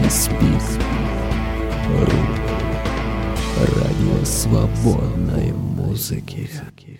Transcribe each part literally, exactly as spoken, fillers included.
Викиспик. Радио свободной музыки.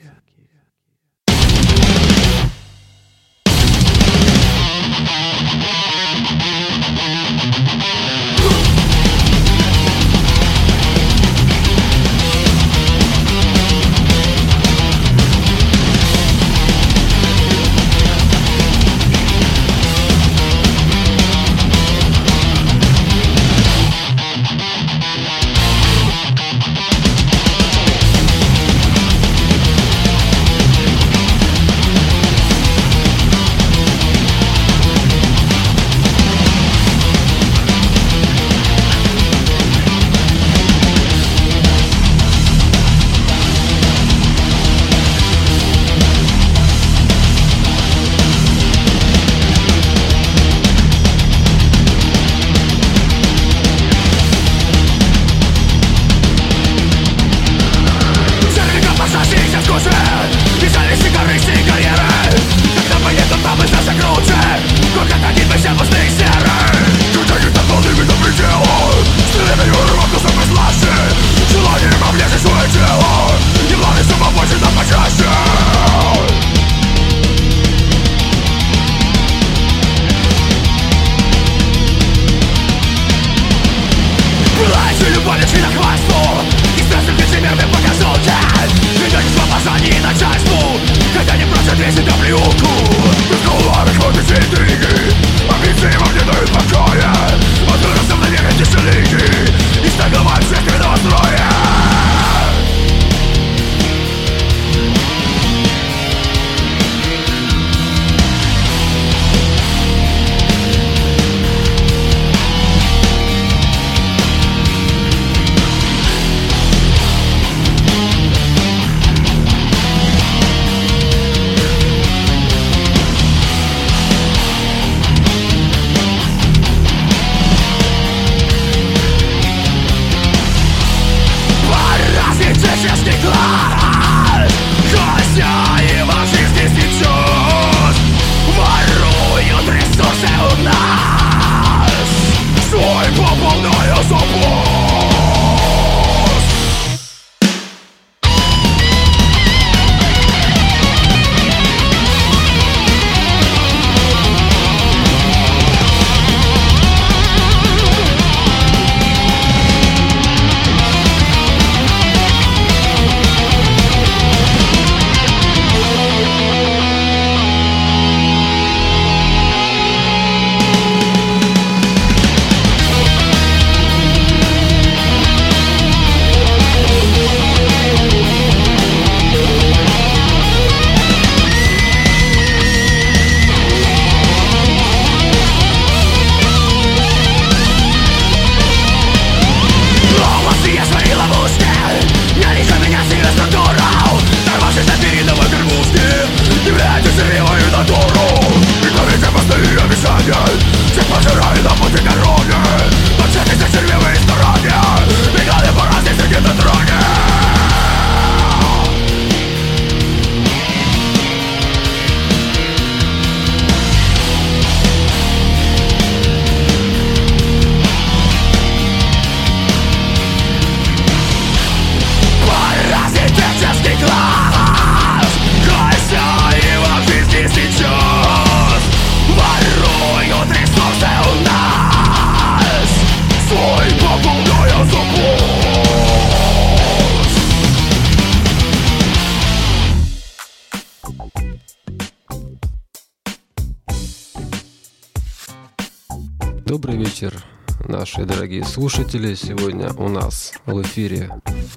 Добрый вечер, наши дорогие слушатели. Сегодня у нас в эфире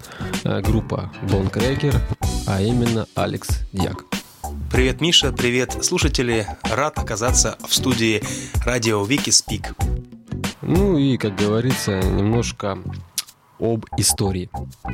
группа Bonecracker, а именно Алекс Дьяк. Привет, Миша, привет, слушатели. Рад оказаться в студии радио Викиспик. Ну и, как говорится, немножко об истории.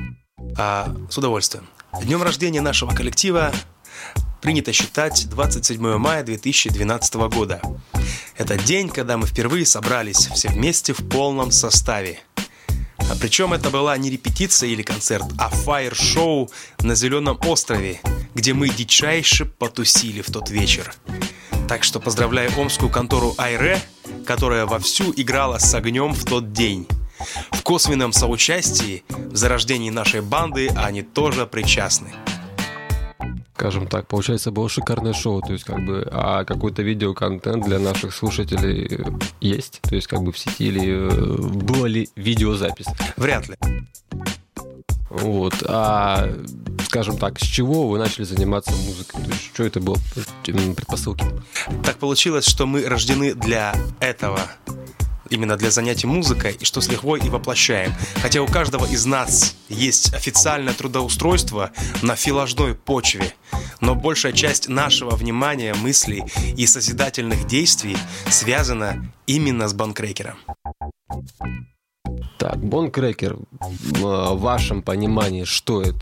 А, с удовольствием. Днем рождения нашего коллектива принято считать двадцать седьмого мая две тысячи двенадцатого года. Это день, когда мы впервые собрались все вместе в полном составе. А причем это была не репетиция или концерт, а фаер-шоу на Зеленом острове, где мы дичайше потусили в тот вечер. Так что поздравляю омскую контору Айре, которая вовсю играла с огнем в тот день. В косвенном соучастии в зарождении нашей банды они тоже причастны. Скажем так, получается, было шикарное шоу, то есть как бы, а какой-то видеоконтент для наших слушателей есть, то есть как бы в сети, или была ли видеозапись? Вряд ли. Вот, а, скажем так, с чего вы начали заниматься музыкой? То есть, что это было, предпосылки? Так получилось, что мы рождены для этого, именно для занятий музыкой, и что с лихвой и воплощаем. Хотя у каждого из нас есть официальное трудоустройство на филажной почве, но большая часть нашего внимания, мыслей и созидательных действий связана именно с Бонкрекером. Так, Бонкрекер, в вашем понимании, что это?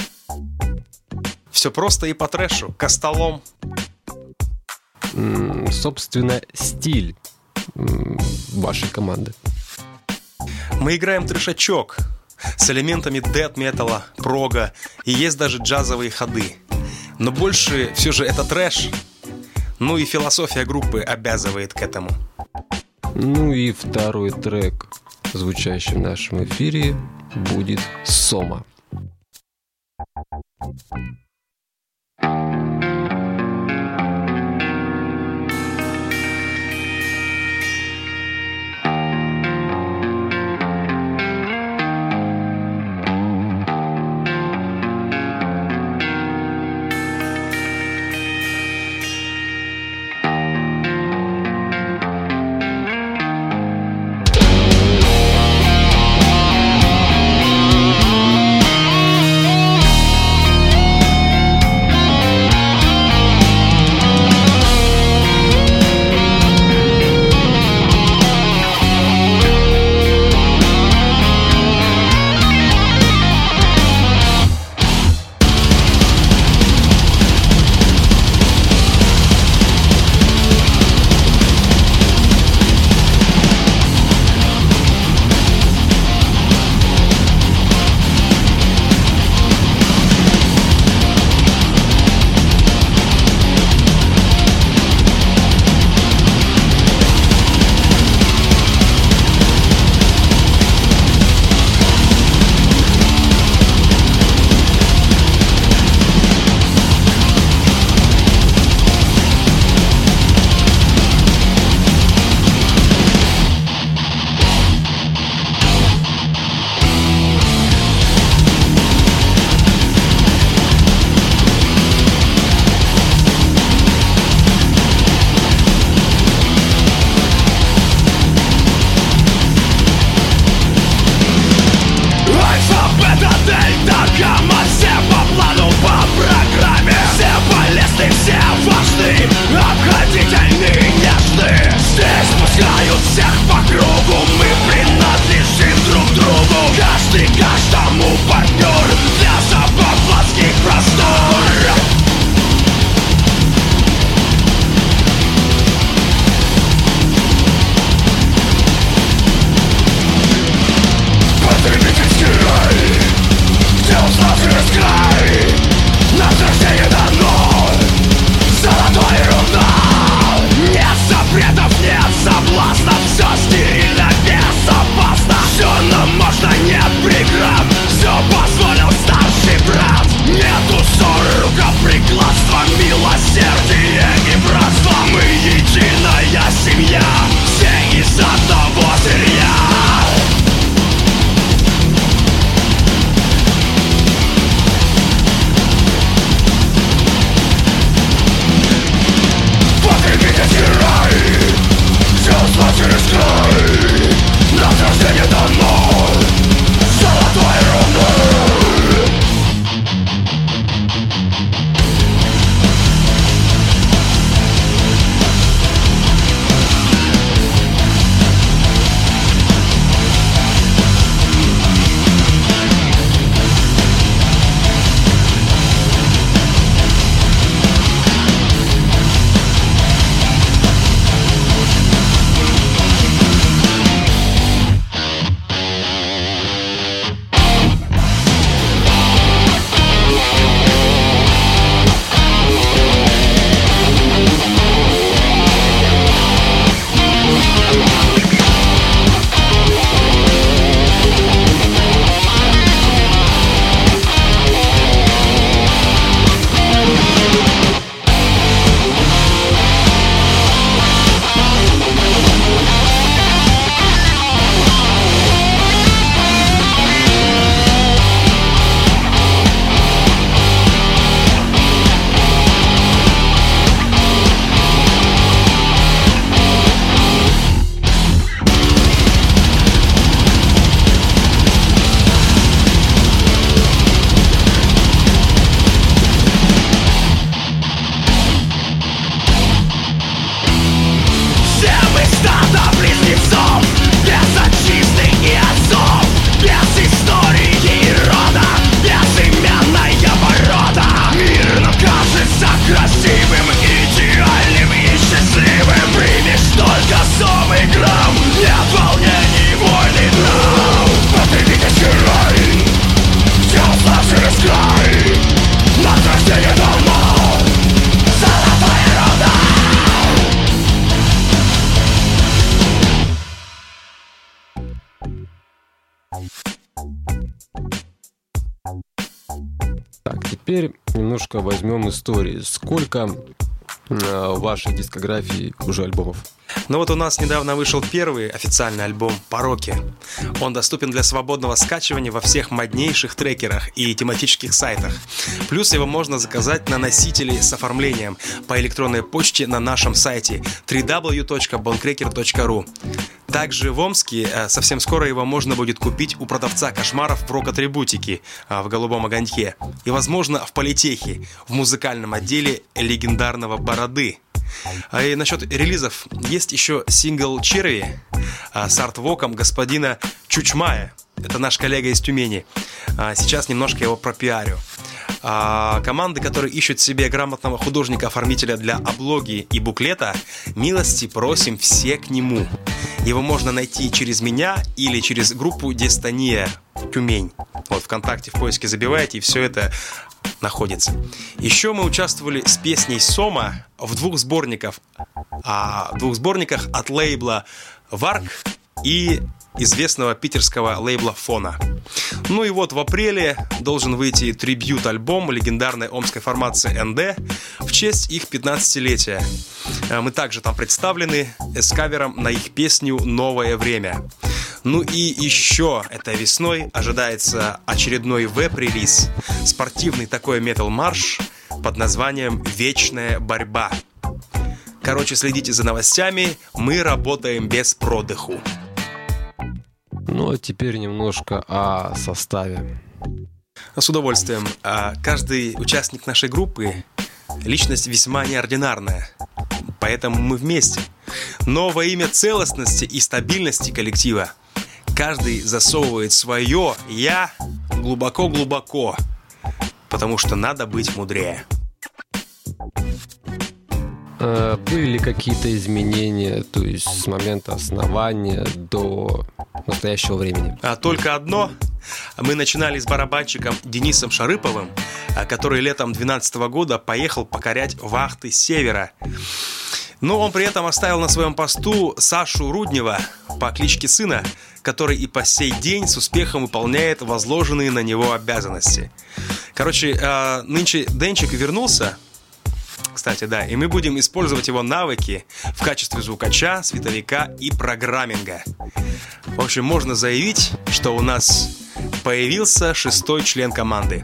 Все просто и по трэшу, костолом. М-м, собственно, стиль м- вашей команды. Мы играем трэшачок с элементами дэт-металла, прога, и есть даже джазовые ходы. Но больше все же это трэш. Ну и философия группы обязывает к этому. Ну и второй трек, звучащий в нашем эфире, будет «Сома». теперь немножко возьмем истории. Сколько э, в вашей дискографии уже альбомов? Ну вот у нас недавно вышел первый официальный альбом «Пороки». Он доступен для свободного скачивания во всех моднейших трекерах и тематических сайтах. Плюс его можно заказать на носителе с оформлением по электронной почте на нашем сайте дабл ю дабл ю дабл ю точка бонкрекер точка ру. Также в Омске совсем скоро его можно будет купить у продавца кошмаров в рок-атрибутике в Голубом огоньке. И, возможно, в Политехе, в музыкальном отделе легендарного Бороды. А и насчет релизов, есть еще сингл «Черви» с арт-воком господина Чучмая. Это наш коллега из Тюмени. Сейчас немножко его пропиарю. А команды, которые ищут себе грамотного художника-оформителя для облоги и буклета, милости просим все к нему. Его можно найти через меня или через группу Дистания Тюмень. Вот ВКонтакте в поиске забиваете, и все это находится. Еще мы участвовали с песней «Сома» в двух сборниках, а, в двух сборниках от лейбла «Варк» и известного питерского лейбла «Фона». Ну и вот в апреле должен выйти трибьют-альбом легендарной омской формации эн дэ в честь их пятнадцатилетия. Мы также там представлены с кавером на их песню «Новое время». Ну и еще этой весной ожидается очередной веб-релиз, спортивный такой метал-марш под названием «Вечная борьба». Короче, следите за новостями, мы работаем без продыху. Ну, а теперь немножко о составе. С удовольствием. Каждый участник нашей группы – личность весьма неординарная, поэтому мы вместе. Но во имя целостности и стабильности коллектива каждый засовывает свое «я» глубоко-глубоко, потому что надо быть мудрее. Были ли какие-то изменения, то есть с момента основания до настоящего времени? А только одно. Мы начинали с барабанщиком Денисом Шарыповым, который летом две тысячи двенадцатого года поехал покорять вахты севера. Но он при этом оставил на своем посту Сашу Руднева по кличке Сына, который и по сей день с успехом выполняет возложенные на него обязанности. Короче, нынче Денчик вернулся, кстати, да, и мы будем использовать его навыки в качестве звукача, световика и программинга. В общем, можно заявить, что у нас появился шестой член команды.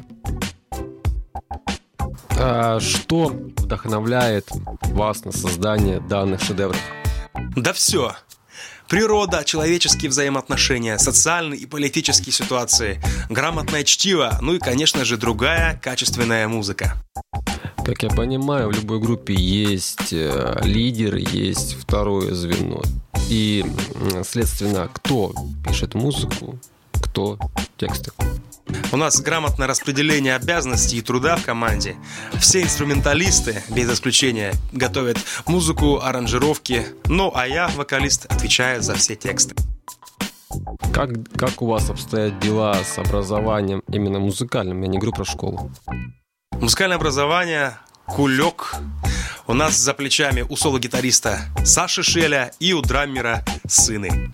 А что вдохновляет вас на создание данных шедевров? Да все. Природа, человеческие взаимоотношения, социальные и политические ситуации, грамотное чтиво, ну и, конечно же, другая качественная музыка. Как я понимаю, в любой группе есть лидер, есть второе звено. И, следственно, кто пишет музыку, кто тексты. У нас грамотное распределение обязанностей и труда в команде. Все инструменталисты, без исключения, готовят музыку, аранжировки. Ну, а я, вокалист, отвечаю за все тексты. Как, как у вас обстоят дела с образованием именно музыкальным, я не говорю про школу? Музыкальное образование, кулек. У нас за плечами у соло-гитариста Саши Шеля и у драммера Сыны.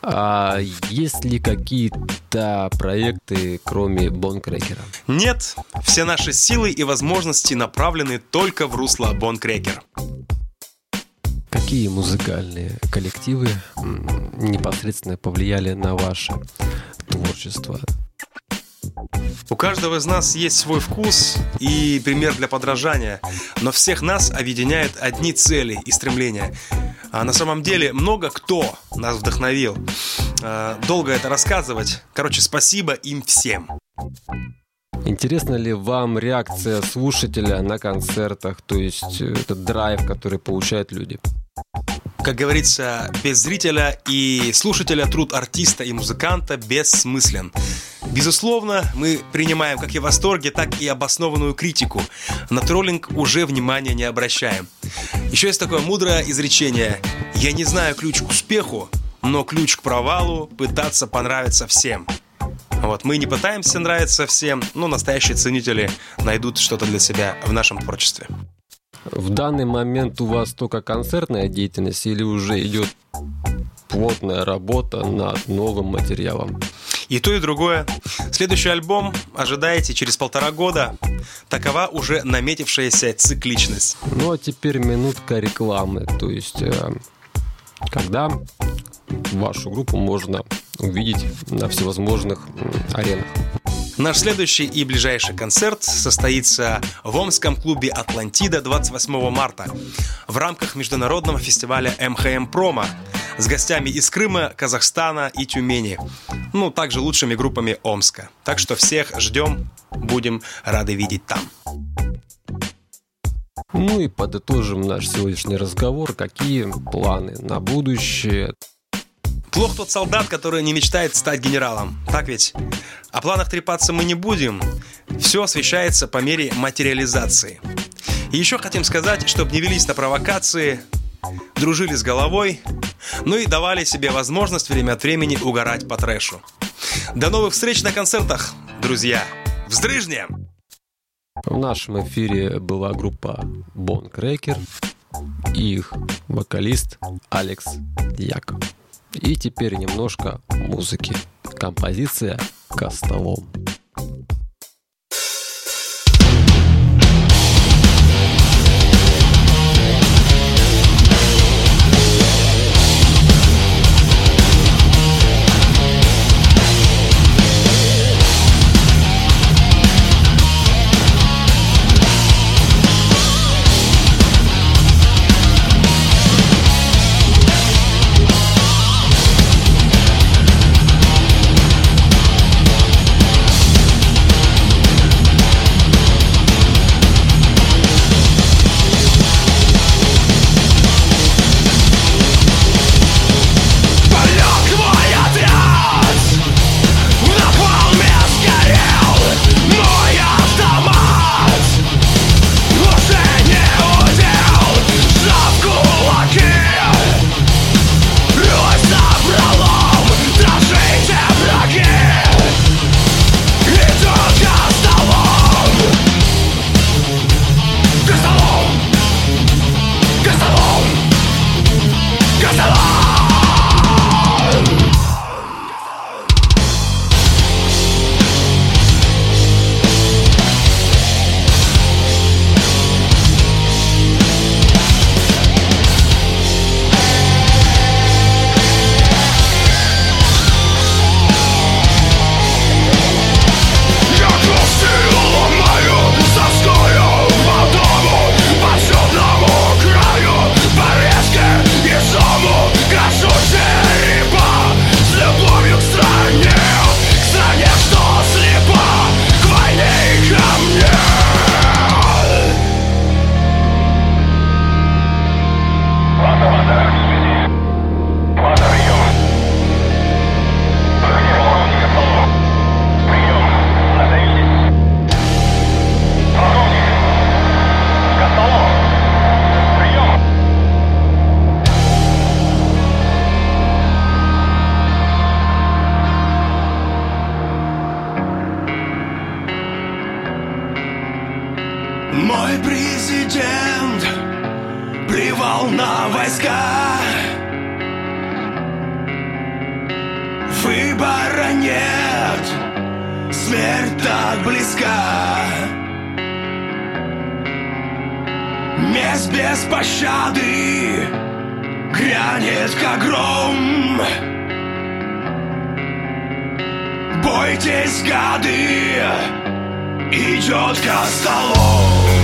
А есть ли какие-то проекты, кроме Бонкрекера? Нет, все наши силы и возможности направлены только в русло Бонкрекер. Какие музыкальные коллективы непосредственно повлияли на ваше творчество? У каждого из нас есть свой вкус и пример для подражания, но всех нас объединяют одни цели и стремления. А на самом деле много кто нас вдохновил. Долго это рассказывать. Короче, спасибо им всем. Интересна ли вам реакция слушателя на концертах, то есть этот драйв, который получают люди? Как говорится, без зрителя и слушателя труд артиста и музыканта бессмыслен. Безусловно, мы принимаем как и восторги, так и обоснованную критику. На троллинг уже внимания не обращаем. Еще есть такое мудрое изречение: «Я не знаю ключ к успеху, но ключ к провалу – пытаться понравиться всем». Вот, мы не пытаемся нравиться всем, но настоящие ценители найдут что-то для себя в нашем творчестве. В данный момент у вас только концертная деятельность или уже идет плотная работа над новым материалом? И то, и другое. Следующий альбом ожидаете через полтора года. Такова уже наметившаяся цикличность. Ну а теперь минутка рекламы. То есть, когда вашу группу можно увидеть на всевозможных аренах? Наш следующий и ближайший концерт состоится в Омском клубе «Атлантида» двадцать восьмого марта в рамках международного фестиваля эм ха эм Промо с гостями из Крыма, Казахстана и Тюмени. Ну, также лучшими группами Омска. Так что всех ждем, будем рады видеть там. Ну и подытожим наш сегодняшний разговор. Какие планы на будущее? Плох тот солдат, который не мечтает стать генералом. Так ведь? О планах трепаться мы не будем. Все освещается по мере материализации. И еще хотим сказать, чтобы не велись на провокации, дружили с головой, ну и давали себе возможность время от времени угорать по трэшу. До новых встреч на концертах, друзья! Вздрыжнем! В нашем эфире была группа Бонкрекер и их вокалист Алекс Дьяков. И теперь немножко музыки. Композиция «Костолом». Мой президент плевал на войска. выбора нет, смерть так близка. Месть без пощады грянет как гром. Бойтесь, гады, идет ко столу.